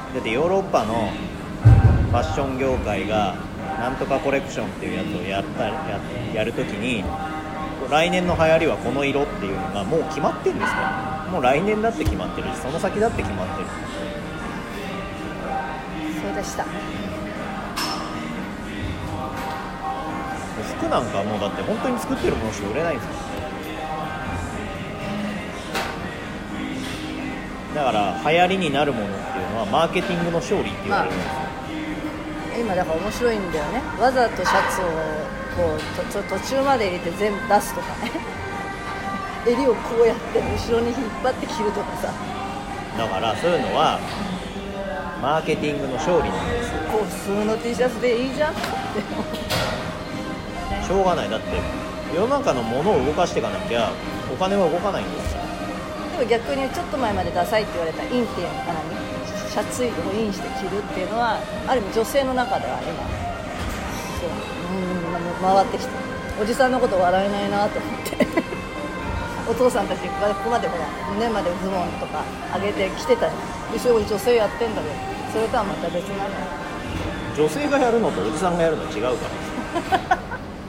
だってヨーロッパのファッション業界がなんとかコレクションっていうやつをやるときに、来年の流行りはこの色っていうのがもう決まってるんですから、もう来年だって決まってるし、その先だって決まってる。 そうでした。 服なんかもうだって本当に作ってるものしか売れないんですよ。だから流行りになるものっていうのはマーケティングの勝利って言われるんですよ。 今だから面白いんだよね。わざとシャツをこう途中まで入れて全部出すとかね襟をこうやって後ろに引っ張って着るとかさ。 だからそういうのはマーケティングの勝利なんですよ。 こう普通の T シャツでいいじゃんってしょうがない。だって世の中のものを動かしていかなきゃお金は動かないんですよ。 でも逆にちょっと前までダサいって言われたインっていうのかな、シャツをインして着るっていうのはある意味女性の中では今そう回ってきて、おじさんのこと笑えないなと思ってお父さんたちここまでほら胸までズボンとか上げて着てたじゃん。でそれを女性やってんだけど、それとはまた別なの。 女性がやるのとおじさんがやるのは違うから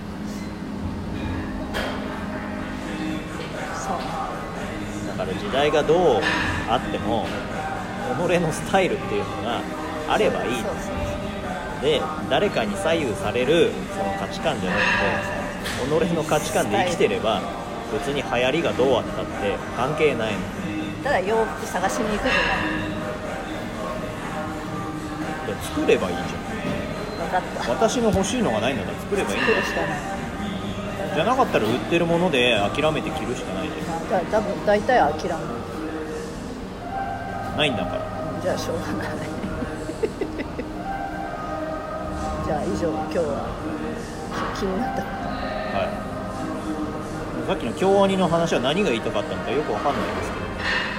だから時代がどうあっても己のスタイルっていうのがあればいい。 そうで誰かに左右されるその価値観じゃなくて己の価値観で生きてれば別に流行りがどうあったって関係ないの。 ただ洋服探しに行くじゃない。 で作ればいいじゃん。 分かった。 私の欲しいのがないんだから作ればいいんだよ。 作るしかない。 じゃなかったら売ってるもので諦めて着るしかないじゃん。 多分大体諦める。 ないんだから。 じゃあしょうがないじゃあ以上今日は気になったこと。 はい。さっきの京アニの話は何が言いたかったのかよくわかんないですけど。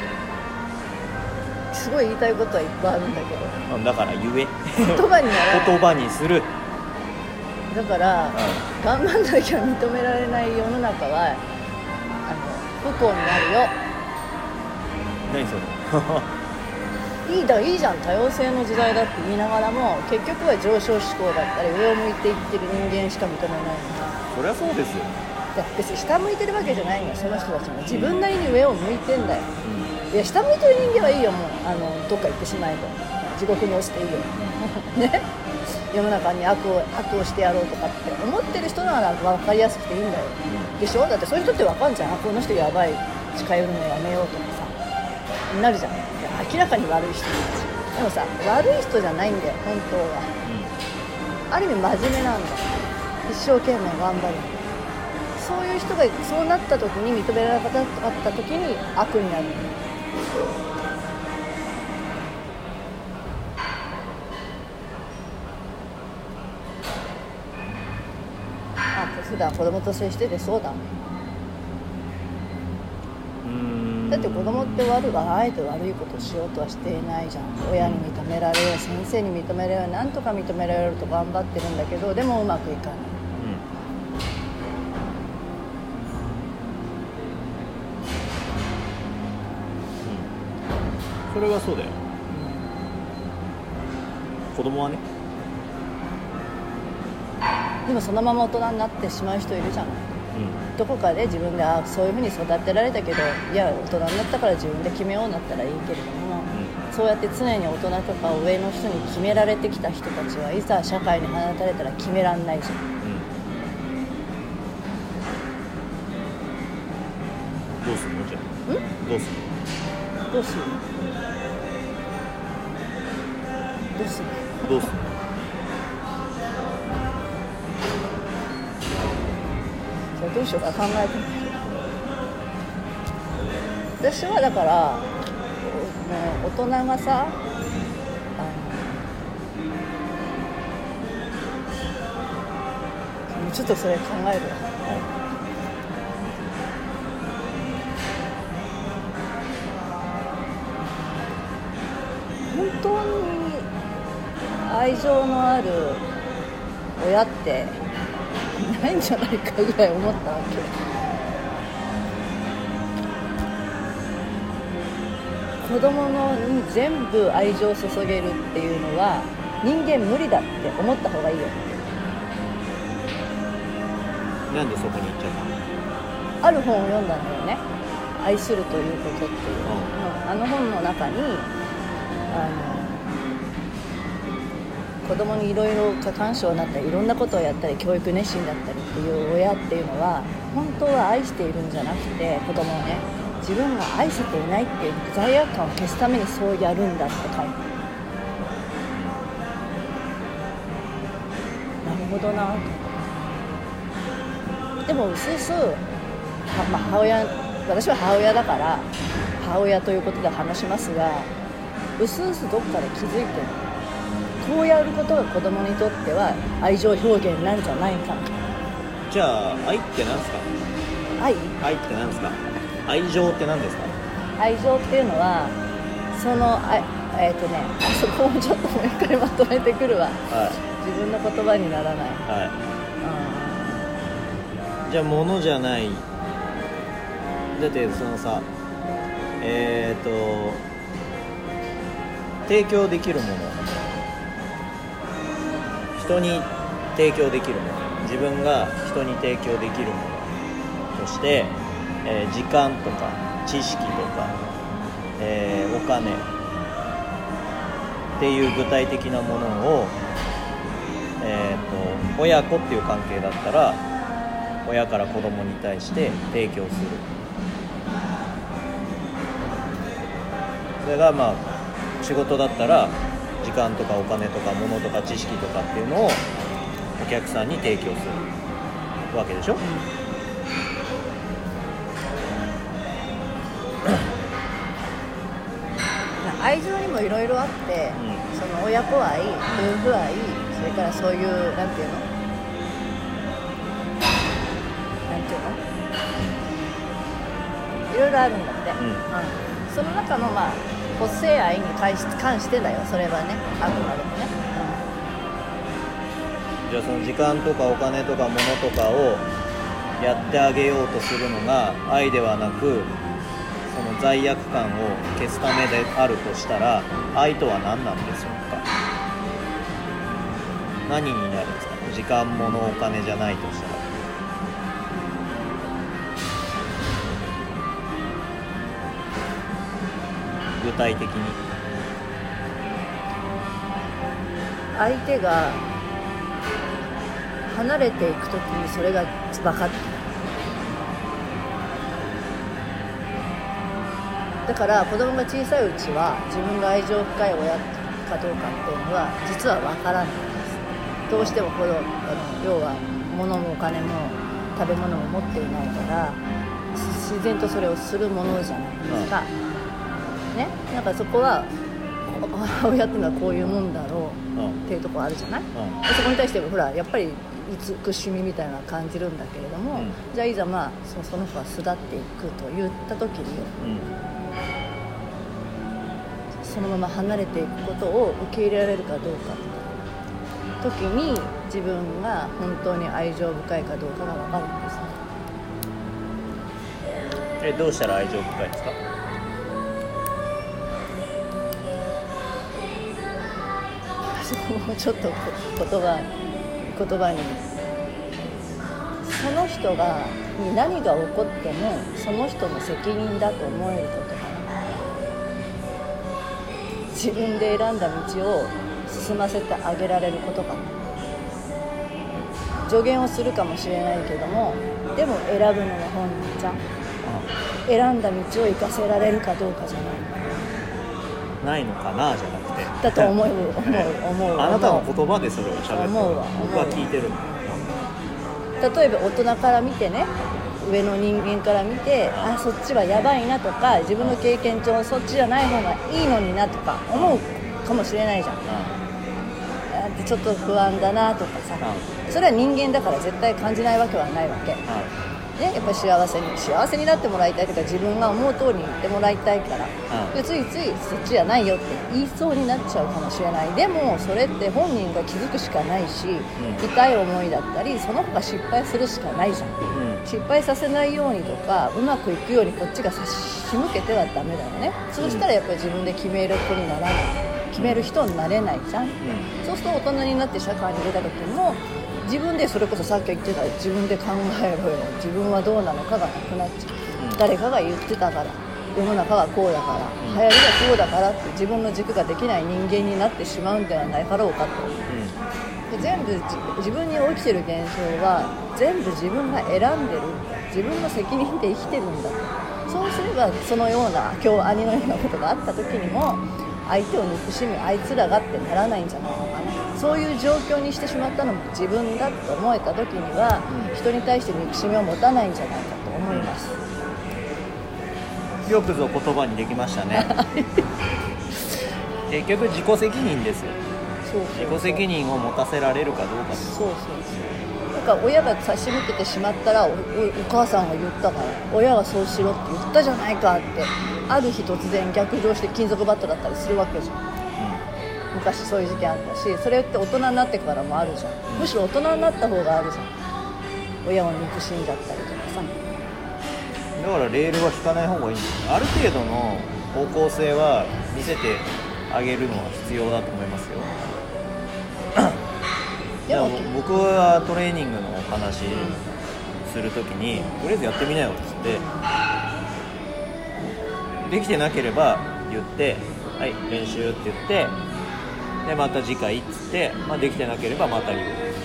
すごい言いたいことはいっぱいあるんだけど。 だから言え。 言葉にならない。 言葉にする。 だから、頑張んなきゃ認められない世の中は不幸になるよ。 何それいいじゃん、多様性の時代だって言いながらも結局は上昇志向だったり上を向いていってる人間しか認めないのじゃん。 そりゃそうですよ。 別に下向いてるわけじゃないのよ。その人たちも自分なりに上を向いてんだよ、いや下向いてる人間はいいよ。もうどっか行ってしまえば地獄に落ちていいよね。世の中に悪をしてやろうとかって思ってる人なら分かりやすくていいんだよ、でしょ。だってそういう人って分かんじゃん。この人やばい、近寄るのやめようとかさなるじゃん。明らかに悪い人たちでもさ、悪い人じゃないんだよ本当は、ある意味真面目なんだ。一生懸命頑張るんだ。そういう人がそうなった時に認められなかった時に悪になる。普段子供と接しててそうだね。だって子供ってあえて悪いことをしようとはしていないじゃん。親に認められよう、先生に認められよう、なんとか認められると頑張ってるんだけど、でもうまくいかない。 それはそうだよ、子供はね。 でもそのまま大人になってしまう人いるじゃない、どこかで自分でそういうふうに育てられたけど、いや大人になったから自分で決めようになったらいいけれども、そうやって常に大人とか上の人に決められてきた人たちはいざ社会に放たれたら決めらんないじゃん、 どうするのじゃあ。どうするの。 どうするどうするどうするの。 じゃあどうしようか考えてみる。私はだから大人がさちょっとそれ考えるわ、本当に愛情のある親っていないんじゃないかぐらい思ったわけ。 子供のに全部愛情を注げるっていうのは人間無理だって思った方がいいよ。 なんでそこに行っちゃったの？ ある本を読んだんだよね、愛するということっていう、あの本の中に子供にいろいろ過干渉になったりいろんなことをやったり教育熱心だったりっていう親っていうのは本当は愛しているんじゃなくて、子供をね自分が愛せていないっていう罪悪感を消すためにそうやるんだって書いてある。なるほどなと。でもうすうす私は母親だから母親ということで話しますが、うすうすどっかで気づいてる。こうやることが子供にとっては愛情表現なんじゃないかな。 じゃあ愛って何ですか？愛って何ですか？愛情って何ですか？ 愛情っていうのはそのそこをちょっともう一回まとめてくるわ、はい、自分の言葉にならない、はい、 じゃあ物じゃない。だってそのさ提供できるもの、人に提供できるもの、自分が人に提供できるものとして、時間とか知識とか、お金っていう具体的なものを、親子っていう関係だったら親から子供に対して提供する。それがまあ仕事だったら時間とかお金とか物とか知識とかっていうのをお客さんに提供するわけでしょ、 愛情にもいろいろあって、その親子愛、夫婦愛、それからそういうなんていうのいろいろあるんだって、その中の母性愛に関してだよ、それはね、あくまでもね、 じゃあその時間とかお金とか物とかをやってあげようとするのが愛ではなく、その罪悪感を消すためであるとしたら、愛とは何なんでしょうか？何になるんですか？時間物お金じゃないとしたら。具体的に相手が離れていくときにそれが分かってる。だから子供が小さいうちは自分が愛情深い親かどうかっていうのは実は分からないんです。どうしても要は物もお金も食べ物も持っていないから自然とそれをするものじゃないですか、ね、なんかそこは母親っていうのはこういうもんだろうっていうところあるじゃない、そこに対してほらやっぱり慈しみみたいな感じるんだけれども、じゃあいざその子が巣立っていくと言った時に、そのまま離れていくことを受け入れられるかどうか時に自分が本当に愛情深いかどうかが分かるんですね。 どうしたら愛情深いですか？ もうちょっと言葉にその人に何が起こってもその人の責任だと思えることかな。自分で選んだ道を進ませてあげられることかな。助言をするかもしれないけども、でも選ぶのは本人じゃん。選んだ道を生かせられるかどうかじゃないのかなじゃなくてだと思うあなたの言葉でそれを喋ってる。僕は聞いてる。 例えば大人から見てね、上の人間から見て、そっちはやばいなとか、自分の経験上そっちじゃない方がいいのになとか思うかもしれないじゃん。ちょっと不安だなとかさ、それは人間だから絶対感じないわけはないわけ。 ね、やっぱり幸せになってもらいたいとか自分が思う通りに言ってもらいたいから、でついついそっちじゃないよって言いそうになっちゃうかもしれない。でもそれって本人が気づくしかないし、痛い思いだったりその子が失敗するしかないじゃん、失敗させないようにとかうまくいくようにこっちが差し向けてはダメだよね。そうしたらやっぱり自分で決める子にならない、決める人になれないじゃん、そうすると大人になって社会に出た時も自分で、それこそさっき言ってた自分で考えろよ、自分はどうなのかがなくなっちゃう、誰かが言ってたから世の中がこうだから、流行りがこうだからって自分の軸ができない人間になってしまうんではないかろうかと、で全部自分に起きてる現象は全部自分が選んでる、自分の責任で生きてるんだと。そうすればそのような今日兄のようなことがあった時にも相手を憎しみあいつらがってならないんじゃないのかな。そういう状況にしてしまったのも自分だと思えた時には、人に対して憎しみを持たないんじゃないかと思います、 よくぞ言葉にできましたね結局自己責任ですよ。自己責任を持たせられるかどうかです。 そうだから親が差し向けてしまったら お母さんが言ったから親がそうしろって言ったじゃないかってある日突然逆上して金属バットだったりするわけじゃん、昔そういう事件あったし、それって大人になってからもあるじゃん、むしろ大人になった方があるじゃん、親を憎しんじゃったりとかさ。 だからレールは引かない方がいいんです。ある程度の方向性は見せてあげるのは必要だと思いますよでも僕はトレーニングのお話するときに、とりあえずやってみなよっつって、できてなければ言ってはい練習って言って、でまた次回っつって、できてなければまた言う。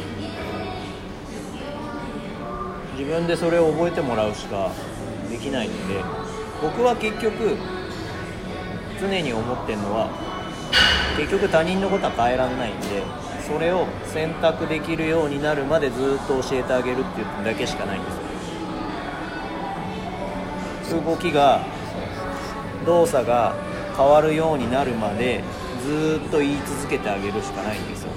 自分でそれを覚えてもらうしかできないので、僕は結局常に思ってるのは、結局他人のことは変えられないんで、それを選択できるようになるまでずっと教えてあげるっていうだけしかないんですよ。動きが動作が変わるようになるまでずっと言い続けてあげるしかないんですよ。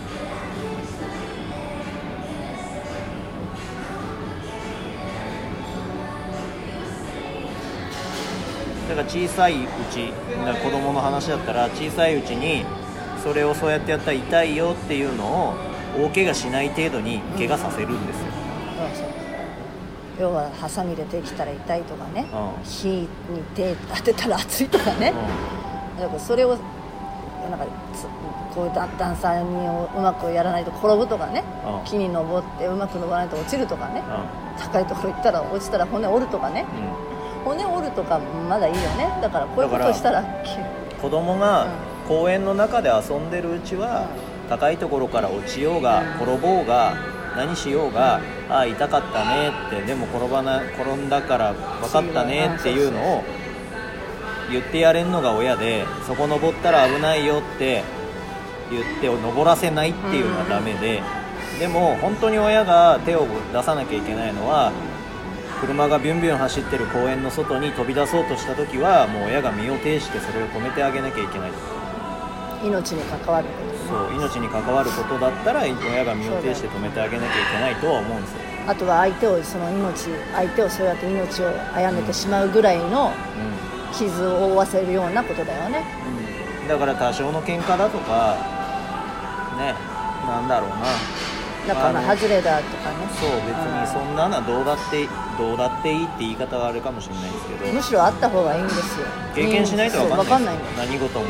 だから小さいうち、だから子供の話だったら小さいうちにそれをそうやってやったら痛いよっていうのを大怪我しない程度に怪我させるんですよ、 要はハサミでできたら痛いとかね、火に手当てたら熱いとかね、だからそれをなんかこう段差にうまくやらないと転ぶとかね、木に登ってうまく登らないと落ちるとかね、高いところ行ったら落ちたら骨折るとかね、骨折るとかまだいいよね。だからこういうことをしたら子供が公園の中で遊んでるうちは、高いところから落ちようが転ぼうが何しようが、ああ痛かったねって、でも転んだから分かったねっていうのを言ってやれんのが親で、そこ登ったら危ないよって言って登らせないっていうのはダメで、でも本当に親が手を出さなきゃいけないのは、車がビュンビュン走ってる公園の外に飛び出そうとした時は、もう親が身を挺してそれを止めてあげなきゃいけない。 命に関わること、 そう、命に関わることだったら親が身を挺して止めてあげなきゃいけないとは思うんですよ。 あとは相手をそうやって命を殺めてしまうぐらいの傷を負わせるようなことだよね、 だから多少の喧嘩だとかね、なんだろうな、 仲間外れだとかね、 そう別にそんなのはどうだっていいって言い方はあれかもしれないですけど、 むしろあった方がいいんですよ。 経験しないと分かんないんですよ、何事も。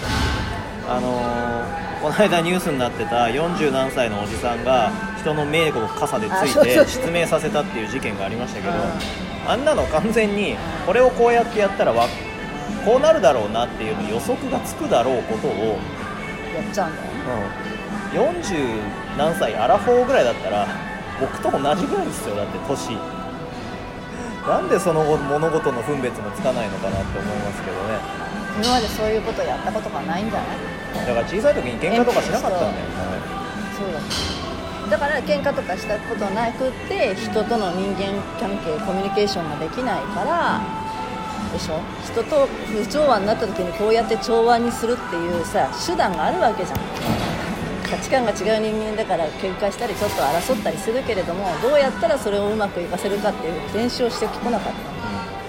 この間ニュースになってた40何歳のおじさんが人の名簿を傘でついて失明させたっていう事件がありましたけど、あんなの完全にこれをこうやってやったらこうなるだろうなっていう予測がつくだろうことをやっちゃうんだよ、 40何歳アラフォーぐらいだったら僕と同じぐらいですよ。だって年なんでその物事の分別もつかないのかなって思いますけどね。 今までそういうことやったことがないんじゃない？ だから小さい時に喧嘩とかしなかったんだよね。 そうだから喧嘩とかしたことなくって人との人間関係コミュニケーションができないからでしょ。人と不調和になった時にこうやって調和にするっていうさ手段があるわけじゃん。 価値観が違う人間だから喧嘩したりちょっと争ったりするけれども、どうやったらそれをうまくいかせるかっていう練習をしてこなかった。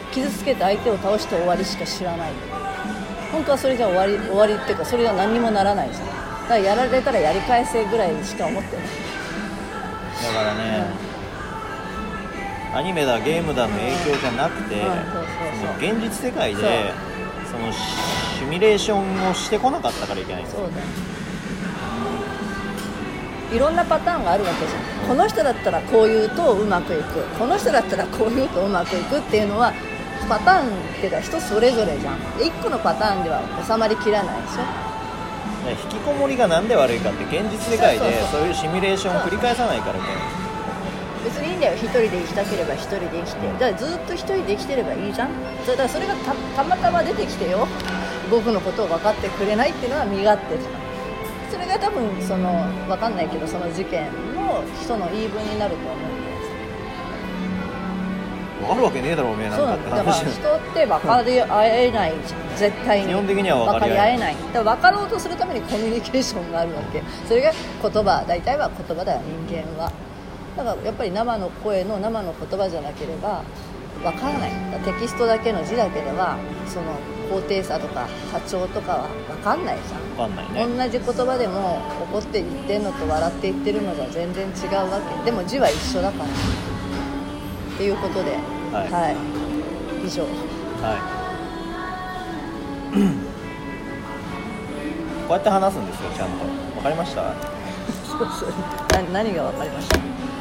傷つけて相手を倒して終わりしか知らない。本当はそれじゃ終わりっていうか、それは何にもならないじゃん。だからやられたらやり返せぐらいしか思ってない。 だからね、アニメだゲームだの影響じゃなくて、その現実世界でそのシミュレーションをしてこなかったからいけないんですよ。 そうだよ。いろんなパターンがあるわけじゃん。この人だったらこう言うとうまくいく、この人だったらこう言うとうまくいくっていうのはパターンっていうか人それぞれじゃん。1個のパターンでは収まりきらないでしょ。 引きこもりがなんで悪いかって現実世界でそういうシミュレーションを繰り返さないからいけない。 別にいいんだよ、一人で生きたければ一人で生きて、だからずっと一人で生きてればいいじゃん。だからそれが たまたま出てきてよ、僕のことを分かってくれないっていうのは身勝手じゃん。それが多分その分かんないけど、その事件の人の言い分になると思うんです。 分かるわけねえだろおめえなんかって話。 だから人って分かり合えないじゃん、絶対に。 基本的には分かり合えない。 だから分かろうとするためにコミュニケーションがあるわけ。それが言葉、大体は言葉だよ、人間は。だからやっぱり生の声の生の言葉じゃなければ分からない。テキストだけの字だけではその高低差とか波長とかは分かんないじゃん。 分かんないね。 同じ言葉でも怒って言ってんのと笑って言ってるのじゃ全然違うわけでも字は一緒だからっていうことで、 はい、 はい、以上。 はいこうやって話すんですよ、ちゃんと。分かりました？ 何が分かりました？